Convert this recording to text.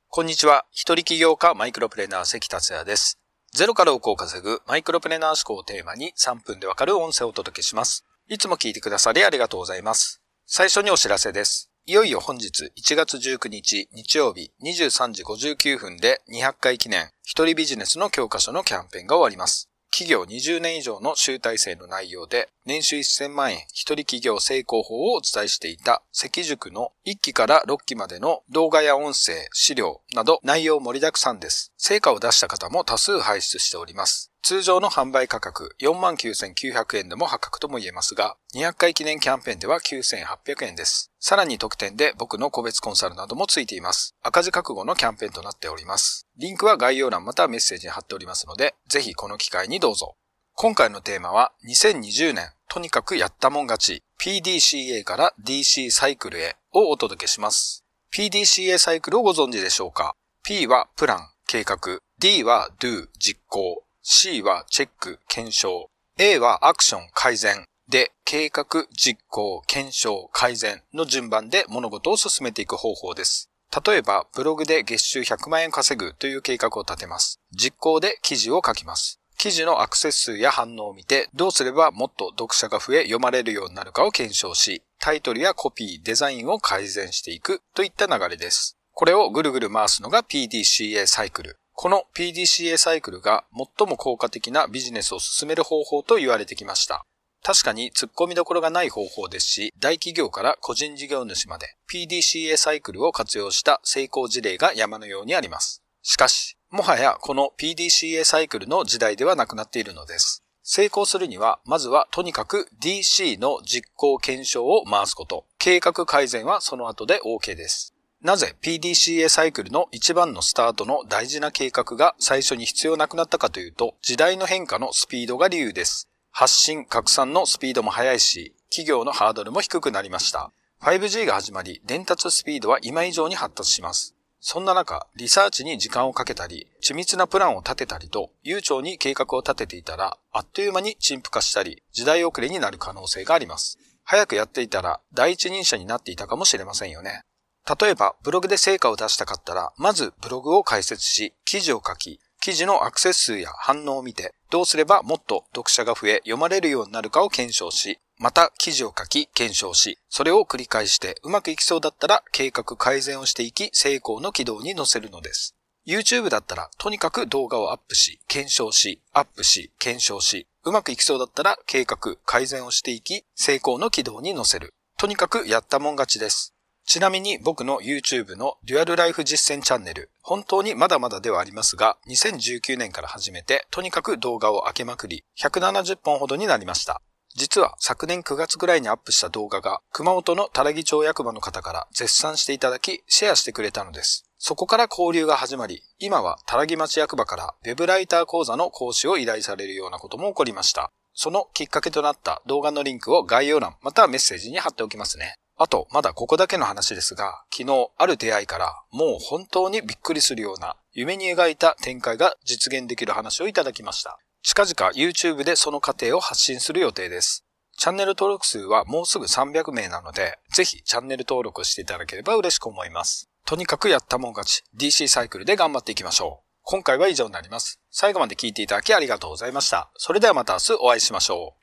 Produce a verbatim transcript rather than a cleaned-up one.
こんにちは。一人起業家マイクロプレーナー関達也です。ゼロから億を稼ぐマイクロプレーナー思考をテーマにさんぷんでわかる音声をお届けします。いつも聞いてくださりありがとうございます。最初にお知らせです。いよいよ本日いちがつじゅうくにち日曜日にじゅうさんじごじゅうきゅうふんでにひゃっかい記念一人ビジネスの教科書のキャンペーンが終わります。企業にじゅうねん以上の集大成の内容で年収せんまんえん一人起業成功法をお伝えしていた関塾のいっきからろっきまでの動画や音声、資料など内容盛りだくさんです。成果を出した方も多数輩出しております。通常の販売価格 よんまんきゅうせんきゅうひゃくえんでも破格とも言えますが、にひゃっかい記念キャンペーンではきゅうせんはっぴゃくえんです。さらに特典で僕の個別コンサルなどもついています。赤字覚悟のキャンペーンとなっております。リンクは概要欄またはメッセージに貼っておりますので、ぜひこの機会にどうぞ。今回のテーマはにせんにじゅうねんとにかくやったもん勝ち ピーディーシーエー から ディーシー サイクルへをお届けします。ピーディーシーエー サイクルをご存知でしょうか？ P はプラン、計画、D は Do、実行、C はチェック、検証、A はアクション、改善で計画、実行、検証、改善の順番で物事を進めていく方法です。例えばブログで月収ひゃくまんえん稼ぐという計画を立てます。実行で記事を書きます。記事のアクセス数や反応を見てどうすればもっと読者が増え読まれるようになるかを検証し、タイトルやコピー、デザインを改善していくといった流れです。これをぐるぐる回すのが ピーディーシーエー サイクル。この ピーディーシーエー サイクルが最も効果的なビジネスを進める方法と言われてきました。確かに突っ込みどころがない方法ですし、大企業から個人事業主まで ピーディーシーエー サイクルを活用した成功事例が山のようにあります。しかし、もはやこの ピーディーシーエー サイクルの時代ではなくなっているのです。成功するには、まずはとにかく ディーシー の実行検証を回すこと。計画改善はその後で OK です。なぜ ピーディーシーエー サイクルの一番のスタートの大事な計画が最初に必要なくなったかというと、時代の変化のスピードが理由です。発信、拡散のスピードも速いし、企業のハードルも低くなりました。ファイブジー が始まり、伝達スピードは今以上に発達します。そんな中、リサーチに時間をかけたり、緻密なプランを立てたりと、悠長に計画を立てていたら、あっという間に陳腐化したり、時代遅れになる可能性があります。早くやっていたら、第一人者になっていたかもしれませんよね。例えば、ブログで成果を出したかったら、まずブログを開設し、記事を書き、記事のアクセス数や反応を見て、どうすればもっと読者が増え、読まれるようになるかを検証し、また記事を書き、検証し、それを繰り返してうまくいきそうだったら計画改善をしていき、成功の軌道に乗せるのです。YouTube だったらとにかく動画をアップし、検証し、アップし、検証し、うまくいきそうだったら計画改善をしていき、成功の軌道に乗せる。とにかくやったもん勝ちです。ちなみに僕の YouTube のデュアルライフ実践チャンネル、本当にまだまだではありますが、にせんじゅうきゅうねんから始めて、とにかく動画を上げまくり、ひゃくななじゅっぽんほどになりました。実は昨年くがつぐらいにアップした動画が熊本の多良木町役場の方から絶賛していただきシェアしてくれたのです。そこから交流が始まり、今は多良木町役場からウェブライター講座の講師を依頼されるようなことも起こりました。そのきっかけとなった動画のリンクを概要欄またはメッセージに貼っておきますね。あと、まだここだけの話ですが、昨日ある出会いからもう本当にびっくりするような夢に描いた展開が実現できる話をいただきました。近々 YouTube でその過程を発信する予定です。チャンネル登録数はもうすぐさんびゃくめいなので、ぜひチャンネル登録していただければ嬉しく思います。とにかくやったもん勝ち ディーシー サイクルで頑張っていきましょう。今回は以上になります。最後まで聞いていただきありがとうございました。それではまた明日お会いしましょう。